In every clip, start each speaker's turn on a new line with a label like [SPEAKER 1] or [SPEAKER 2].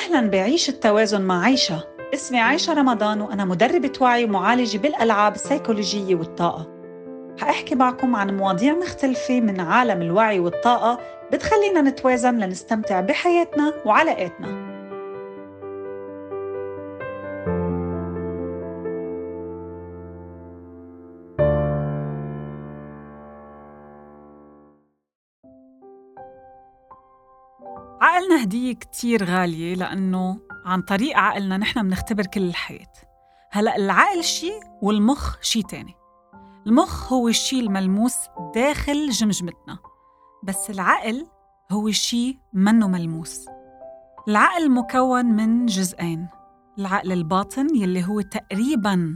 [SPEAKER 1] أهلاً بعيش التوازن مع عيشة. اسمي عيشة رمضان وأنا مدربة وعي ومعالجة بالألعاب السيكولوجية والطاقة. حأحكي معكم عن مواضيع مختلفة من عالم الوعي والطاقة بتخلينا نتوازن لنستمتع بحياتنا وعلاقاتنا. عقلنا هدية كتير غالية لأنه عن طريق عقلنا نحن بنختبر كل الحياة. هلأ العقل شي والمخ شي تاني. المخ هو الشي الملموس داخل جمجمتنا، بس العقل هو شي منه ملموس. العقل مكون من جزئين، العقل الباطن يلي هو تقريباً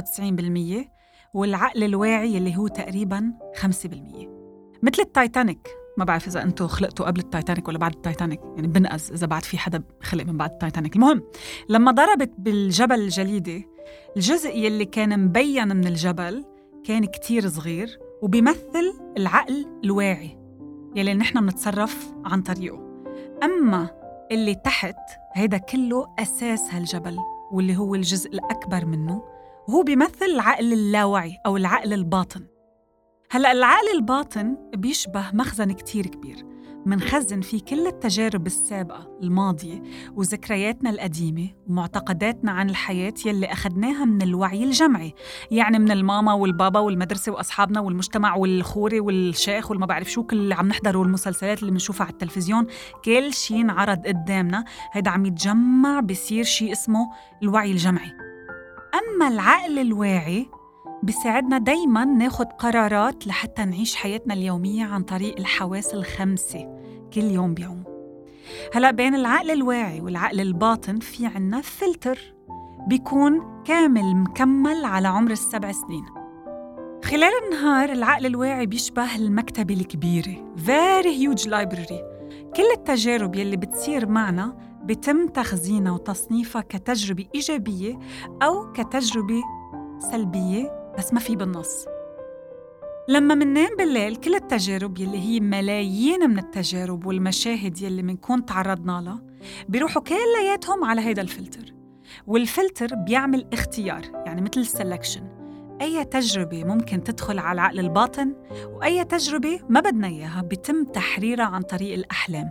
[SPEAKER 1] 95%، والعقل الواعي يلي هو تقريباً 5%. مثل التايتانيك، ما بعرف إذا أنتوا خلقتوا قبل التايتانيك ولا بعد التايتانيك، يعني بنقز إذا بعد في حدا خلق من بعد التايتانيك. المهم لما ضربت بالجبل الجليدي، الجزء يلي كان مبين من الجبل كان كتير صغير وبيمثل العقل الواعي يلي نحن بنتصرف عن طريقه. أما اللي تحت هيدا كله أساس هالجبل واللي هو الجزء الأكبر منه، وهو بيمثل العقل اللاواعي أو العقل الباطن. هلأ العقل الباطن بيشبه مخزن كتير كبير منخزن فيه كل التجارب السابقة الماضية وذكرياتنا القديمة ومعتقداتنا عن الحياة يلي أخدناها من الوعي الجمعي، يعني من الماما والبابا والمدرسة وأصحابنا والمجتمع والخوري والشيخ والما بعرف شو كل اللي عم نحضره والمسلسلات اللي بنشوفها على التلفزيون. كل شي انعرض قدامنا هيدا عم يتجمع بيصير شي اسمه الوعي الجمعي. أما العقل الواعي بيساعدنا دايماً ناخد قرارات لحتى نعيش حياتنا اليومية عن طريق الحواس الخمسة كل يوم بيوم. هلأ بين العقل الواعي والعقل الباطن في عنا فلتر بيكون كامل مكمل على عمر 7 سنين. خلال النهار العقل الواعي بيشبه المكتبة الكبيرة very huge library. كل التجارب يلي بتصير معنا بتم تخزينها وتصنيفها كتجربة إيجابية أو كتجربة سلبية، بس ما في بالنص. لما مننام بالليل كل التجارب يلي هي ملايين من التجارب والمشاهد يلي منكون تعرضنا لها بيروحوا كلياتهم على هيدا الفلتر، والفلتر بيعمل اختيار، يعني مثل السلكشن. أي تجربة ممكن تدخل على العقل الباطن وأي تجربة ما بدنا إياها بيتم تحريرها عن طريق الأحلام.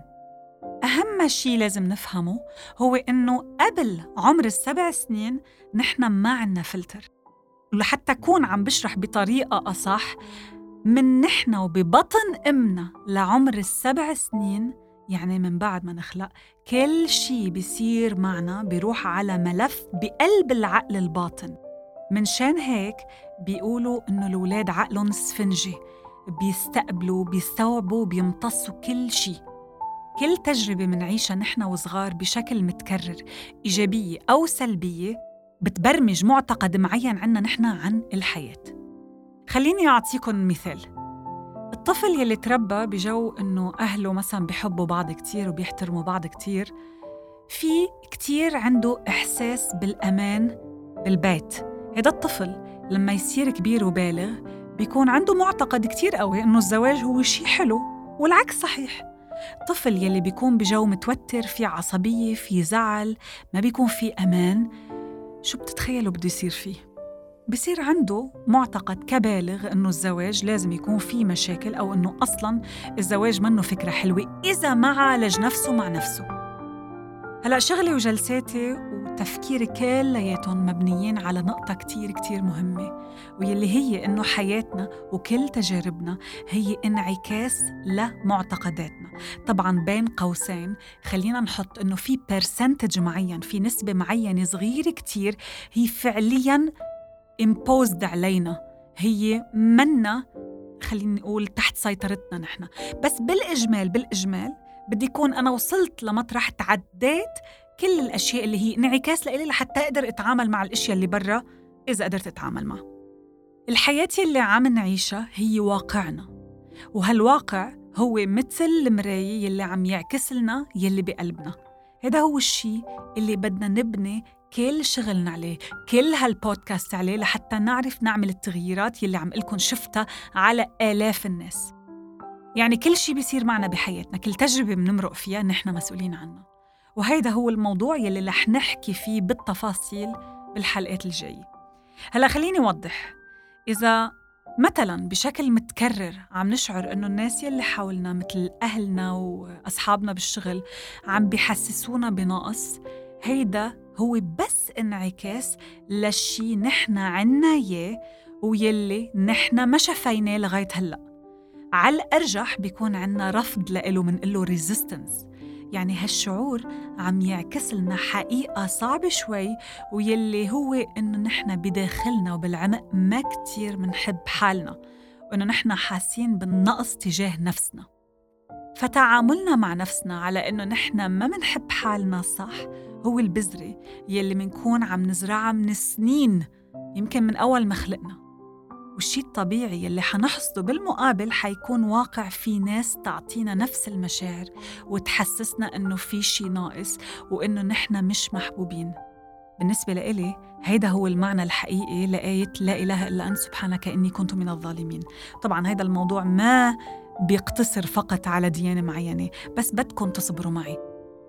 [SPEAKER 1] أهم شيء لازم نفهمه هو إنه قبل عمر 7 سنين نحن ما عنا فلتر. ولحتى أكون عم بشرح بطريقة أصح، من نحن وببطن أمنا لعمر 7 سنين، يعني من بعد ما نخلق، كل شي بيصير معنا بيروح على ملف بقلب العقل الباطن. منشان هيك بيقولوا إنه الأولاد عقلهم سفنجي، بيستقبلوا بيستوعبوا بيمتصوا كل شي. كل تجربة منعيشها نحن وصغار بشكل متكرر إيجابية أو سلبية بتبرمج معتقد معين عنا نحن عن الحياة. خليني أعطيكم مثال. الطفل يلي تربى بجو إنه أهله مثلا بيحبوا بعض كتير وبيحترموا بعض كتير، في كتير عنده إحساس بالأمان بالبيت. هذا الطفل لما يصير كبير وبالغ بيكون عنده معتقد كتير قوي إنه الزواج هو شي حلو، والعكس صحيح. الطفل يلي بيكون بجو متوتر، في عصبية، في زعل، ما بيكون في أمان، شو بتتخيلوا بده يصير فيه؟ بصير عنده معتقد كبالغ إنه الزواج لازم يكون فيه مشاكل، أو إنه أصلاً الزواج منه فكرة حلوة إذا ما عالج نفسه مع نفسه. هلأ شغلي وجلساتي وتفكيري كلياتهم مبنيين على نقطة كتير كتير مهمة، واللي هي إنه حياتنا وكل تجاربنا هي انعكاس لمعتقداتنا. طبعاً بين قوسين خلينا نحط إنه في برسنتج معين، في نسبة معينة صغيرة كتير هي فعلياً imposed علينا، هي منا خلينا نقول تحت سيطرتنا نحن. بس بالإجمال بدي يكون أنا وصلت لمطرح تعديت كل الأشياء اللي هي انعكاس لإلي لحتى أقدر أتعامل مع الأشياء اللي برا إذا قدرت أتعامل معها. الحياة اللي عم نعيشها هي واقعنا، وهالواقع هو مثل المراية اللي عم يعكس لنا يلي بقلبنا. هذا هو الشيء اللي بدنا نبني كل شغلنا عليه، كل هالبودكاست عليه، لحتى نعرف نعمل التغييرات يلي عم قلكن شفتها على آلاف الناس. يعني كل شيء بيصير معنا بحياتنا، كل تجربة بنمرق فيها نحن مسؤولين عنها، وهيدا هو الموضوع يلي رح نحكي فيه بالتفاصيل بالحلقات الجاية. هلا خليني أوضح. إذا مثلاً بشكل متكرر عم نشعر إنه الناس يلي حولنا مثل أهلنا وأصحابنا بالشغل عم بيحسسونا بنقص، هيدا هو بس انعكاس للشي نحن عنا إياه ويلي نحن ما شفيناه لغاية هلأ. على الأرجح بيكون عنا رفض لإله، منقله resistance. يعني هالشعور عم يعكس لنا حقيقة صعبة شوي، ويلي هو إنه نحن بداخلنا وبالعمق ما كتير منحب حالنا، وإنه نحن حاسين بالنقص تجاه نفسنا. فتعاملنا مع نفسنا على إنه نحن ما منحب حالنا صح هو البذرة يلي منكون عم نزرعها من سنين، يمكن من أول ما خلقنا. والشي الطبيعي يلي حنحصده بالمقابل حيكون واقع في ناس تعطينا نفس المشاعر وتحسسنا إنه في شي ناقص وإنه نحن مش محبوبين. بالنسبة لإلي هيدا هو المعنى الحقيقي لآية لا إله إلا أنت سبحانك إني كنت من الظالمين. طبعاً هيدا الموضوع ما بيقتصر فقط على ديانة معينة، بس بدكم تصبروا معي.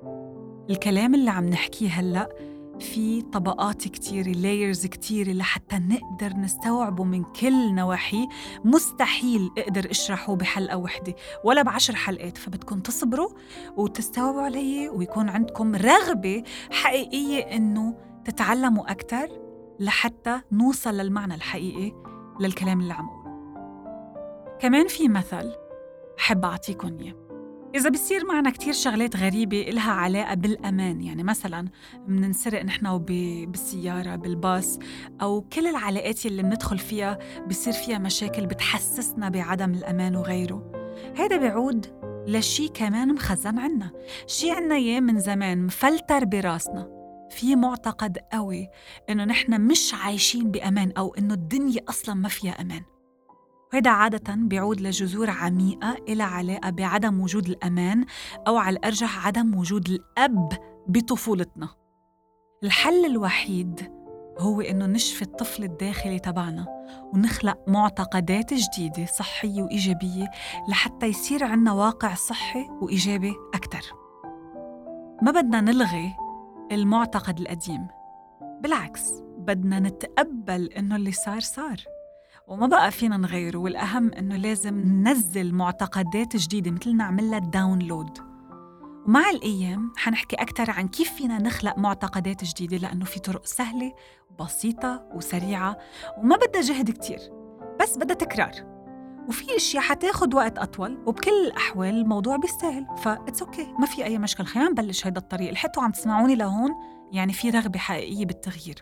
[SPEAKER 1] الكلام اللي عم نحكيه هلأ في طبقات كتيرة، layers كتيرة لحتى نقدر نستوعبه من كل نواحي. مستحيل أقدر أشرحه بحلقة واحدة ولا ب10 حلقات، فبدكم تصبروا وتستوعبوا علي ويكون عندكم رغبة حقيقية إنه تتعلموا أكتر لحتى نوصل للمعنى الحقيقي للكلام اللي عم أقوله. كمان في مثل حب أعطيكم إياه. إذا بيصير معنا كتير شغلات غريبة إلها علاقة بالأمان، يعني مثلاً مننسرق نحن بالسيارة بالباص، أو كل العلاقات اللي بندخل فيها بيصير فيها مشاكل بتحسسنا بعدم الأمان وغيره، هذا بيعود لشي كمان مخزن عنا، شي عنا إياه من زمان مفلتر براسنا. في معتقد قوي إنه نحن مش عايشين بأمان، أو إنه الدنيا أصلاً ما فيها أمان. وهذا عادة بيعود لجذور عميقة إلى علاقة بعدم وجود الأمان، أو على الأرجح عدم وجود الأب بطفولتنا. الحل الوحيد هو إنه نشفي الطفل الداخلي تبعنا ونخلق معتقدات جديدة صحية وإيجابية لحتى يصير عنا واقع صحي وإيجابي أكتر. ما بدنا نلغي المعتقد القديم، بالعكس بدنا نتقبل إنه اللي صار وما بقى فينا نغيره. والأهم إنه لازم ننزل معتقدات جديدة، مثل نعملها داونلود. ومع الأيام حنحكي أكتر عن كيف فينا نخلق معتقدات جديدة، لأنه في طرق سهلة وبسيطة وسريعة وما بدها جهد كتير، بس بدها تكرار. وفي أشياء حتاخد وقت أطول، وبكل الأحوال الموضوع بيستاهل، فإتس أوكي، ما في أي مشكلة. خلينا نبلش هيدا الطريق. الحتوا عم تسمعوني لهون يعني في رغبة حقيقية بالتغيير.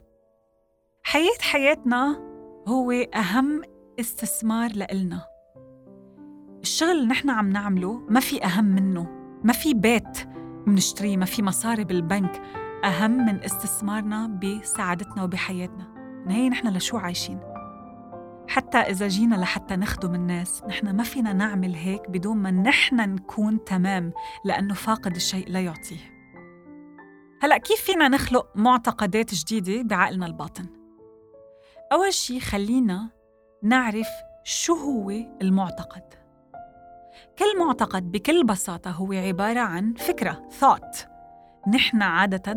[SPEAKER 1] حياتنا هو أهم استثمار لإلنا. الشغل اللي نحن عم نعمله ما في أهم منه، ما في بيت منشتريه، ما في مصاري بالبنك أهم من استثمارنا بسعادتنا وبحياتنا. نهاية نحن لشو عايشين؟ حتى إذا جينا لحتى نخدم الناس، نحن ما فينا نعمل هيك بدون ما نحن نكون تمام، لأنه فاقد الشيء لا يعطيه. هلأ كيف فينا نخلق معتقدات جديدة بعقلنا الباطن؟ أول شي خلينا نعرف شو هو المعتقد. كل معتقد بكل بساطة هو عبارة عن فكرة thought. نحن عادة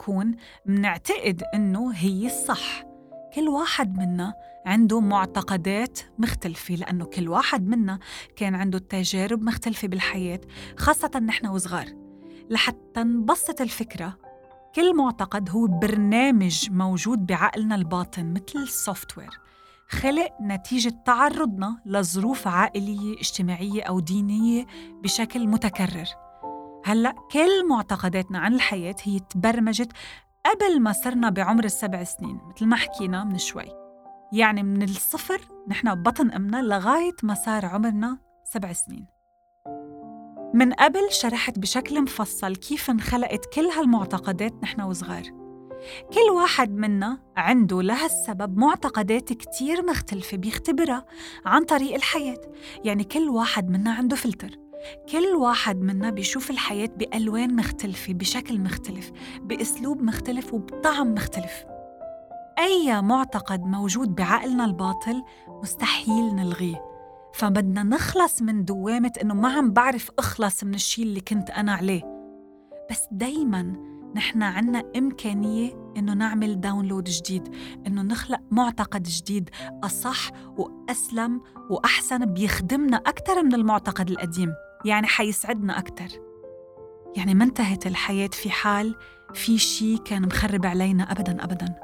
[SPEAKER 1] منعتقد إنه هي الصح. كل واحد منا عنده معتقدات مختلفة، لأنه كل واحد منا كان عنده تجارب مختلفة بالحياة، خاصة نحن وصغار. لحتى نبسط الفكرة، كل معتقد هو برنامج موجود بعقلنا الباطن مثل السوفتوير، خلق نتيجة تعرضنا لظروف عائلية اجتماعية أو دينية بشكل متكرر. هلأ كل معتقداتنا عن الحياة هي تبرمجت قبل ما صرنا بعمر 7 سنين، مثل ما حكينا من شوي. يعني من الصفر نحن ببطن أمنا لغاية ما صار عمرنا 7 سنين. من قبل شرحت بشكل مفصل كيف انخلقت كل هالمعتقدات نحن وصغار. كل واحد منا عنده لهالسبب معتقدات كتير مختلفة بيختبرها عن طريق الحياة. يعني كل واحد منا عنده فلتر، كل واحد منا بيشوف الحياة بألوان مختلفة، بشكل مختلف، بأسلوب مختلف، وبطعم مختلف. أي معتقد موجود بعقلنا الباطن مستحيل نلغيه. فبدنا نخلص من دوامة إنه ما عم بعرف أخلص من الشيء اللي كنت أنا عليه. بس دايماً نحن عنا إمكانية إنه نعمل داونلود جديد، إنه نخلق معتقد جديد أصح وأسلم وأحسن بيخدمنا أكتر من المعتقد القديم، يعني حيسعدنا أكتر. يعني ما انتهت الحياة في حال في شي كان مخرب علينا أبداً أبداً.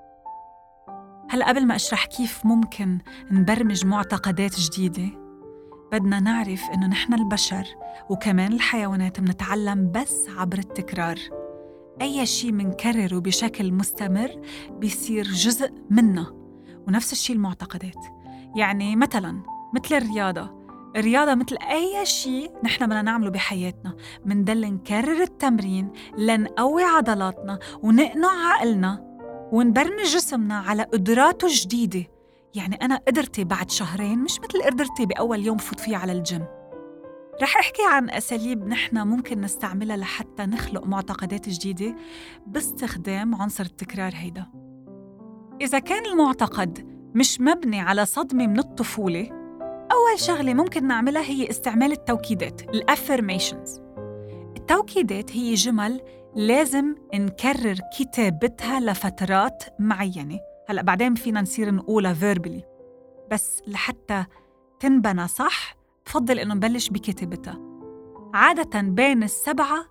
[SPEAKER 1] هلأ قبل ما أشرح كيف ممكن نبرمج معتقدات جديدة، بدنا نعرف إنه نحن البشر وكمان الحيوانات منتعلم بس عبر التكرار. أي شيء منكرره بشكل مستمر بيصير جزء منا، ونفس الشيء المعتقدات. يعني مثلاً مثل الرياضة مثل أي شيء نحن بدنا نعمله بحياتنا، مندل نكرر التمرين لنقوي عضلاتنا ونقنع عقلنا ونبرمج جسمنا على قدراته الجديدة. يعني أنا قدرتي بعد شهرين مش مثل قدرتي بأول يوم فوت فيه على الجيم. رح أحكي عن أساليب نحن ممكن نستعملها لحتى نخلق معتقدات جديدة باستخدام عنصر التكرار هيدا. إذا كان المعتقد مش مبني على صدمة من الطفولة، أول شغلة ممكن نعملها هي استعمال التوكيدات، الأفيرميشنز. التوكيدات هي جمل لازم نكرر كتابتها لفترات معينة. هلأ بعدين فينا نصير نقولها verbally، بس لحتى تنبنى صح بفضل إنه نبلش بكتابتها عادة بين 7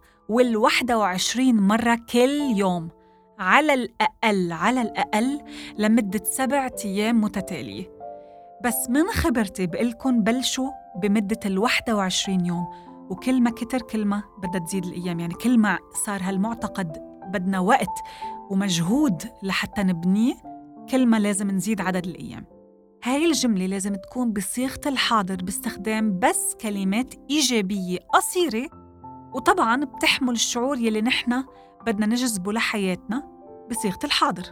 [SPEAKER 1] و21 مرة كل يوم، على الأقل لمدة 7 أيام متتالية. بس من خبرتي بقلكن بلشوا بمدة 21 يوم، وكل ما كتر كل ما بدها تزيد الأيام. يعني كل ما صار هالمعتقد بدنا وقت ومجهود لحتى نبنيه، كل ما لازم نزيد عدد الأيام. هاي الجملة لازم تكون بصيغة الحاضر باستخدام بس كلمات إيجابية قصيرة، وطبعاً بتحمل الشعور يلي نحن بدنا نجذبه لحياتنا بصيغة الحاضر.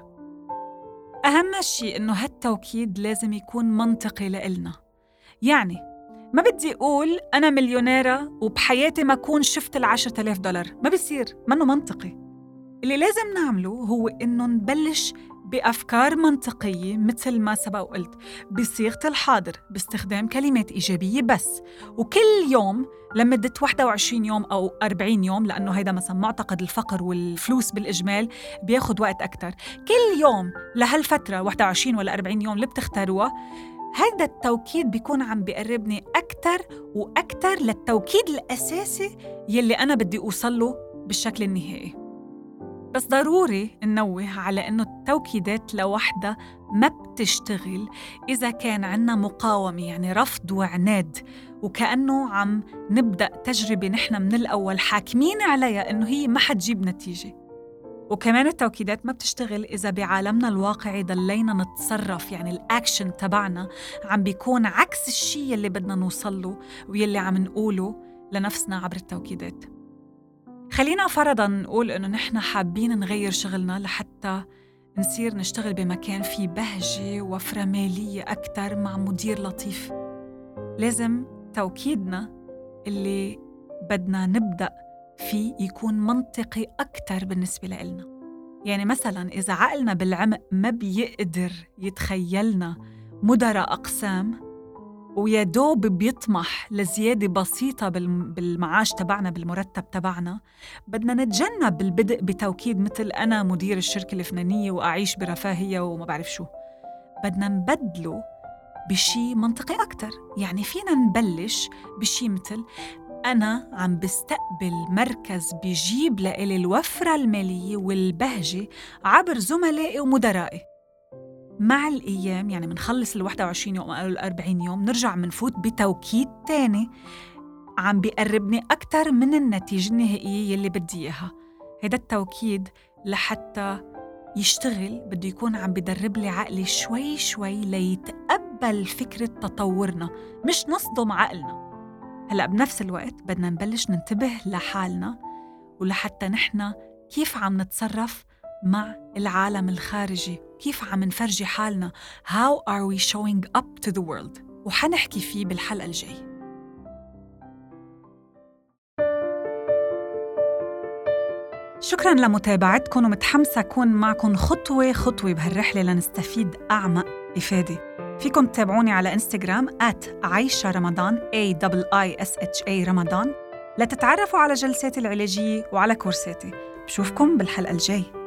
[SPEAKER 1] أهم شيء إنه هالتوكيد لازم يكون منطقي لإلنا. يعني ما بدي أقول أنا مليونيرة وبحياتي ما أكون شفت $10,000، ما بيصير، منه منطقي. اللي لازم نعمله هو إنه نبلش بأفكار منطقية مثل ما سبق وقلت بصيغة الحاضر باستخدام كلمات إيجابية بس، وكل يوم لمدة 21 يوم أو 40 يوم، لأنه هيدا مثلا معتقد الفقر والفلوس بالإجمال بياخد وقت أكتر. كل يوم لهالفترة 21 ولا 40 يوم اللي بتختاروها، هيدا التوكيد بيكون عم بيقربني أكتر وأكتر للتوكيد الأساسي يلي أنا بدي أوصله بالشكل النهائي. بس ضروري ننوه على إنه التوكيدات لوحدها ما بتشتغل إذا كان عنا مقاومة، يعني رفض وعناد، وكأنه عم نبدأ تجربة نحن من الأول حاكمين عليها إنه هي ما حتجيب نتيجة. وكمان التوكيدات ما بتشتغل إذا بعالمنا الواقعي ضلينا نتصرف، يعني الأكشن تبعنا عم بيكون عكس الشيء اللي بدنا نوصله ويلي عم نقوله لنفسنا عبر التوكيدات. خلينا فرضاً نقول إنه نحن حابين نغير شغلنا لحتى نصير نشتغل بمكان فيه بهجة وفرة مالية أكتر مع مدير لطيف. لازم توكيدنا اللي بدنا نبدأ فيه يكون منطقي أكتر بالنسبة لإلنا. يعني مثلاً إذا عقلنا بالعمق ما بيقدر يتخيلنا مدراء أقسام ويا دوب بيطمح لزيادة بسيطة بالمعاش تبعنا، بالمرتب تبعنا، بدنا نتجنب البدء بتوكيد مثل أنا مدير الشركة الفلانية وأعيش برفاهية وما بعرف شو. بدنا نبدله بشي منطقي أكتر. يعني فينا نبلش بشي مثل أنا عم بستقبل مركز بيجيب لإلي الوفرة المالية والبهجة عبر زملائي ومدرائي. مع الأيام، يعني منخلص 21 يوم أو 40 يوم، نرجع منفوت بتوكيد تاني عم بيقربني أكتر من النتيجة النهائية يلي بدي إياها. هيدا التوكيد لحتى يشتغل بده يكون عم بدرب لي عقلي شوي شوي ليتقبل فكرة تطورنا، مش نصدم عقلنا. هلأ بنفس الوقت بدنا نبلش ننتبه لحالنا ولحتى نحن كيف عم نتصرف مع العالم الخارجي، كيف عم نفرجي حالنا. How are we showing up to the world؟ وحنحكي فيه بالحلقة الجاي. شكراً لمتابعتكم، ومتحمسة أكون معكم خطوة خطوة بهالرحلة لنستفيد أعمق إفادة. فيكم تتابعوني على إنستغرام @عايشة رمضان AIISHA رمضان لتتعرفوا على جلساتي العلاجية وعلى كورساتي. بشوفكم بالحلقة الجاي.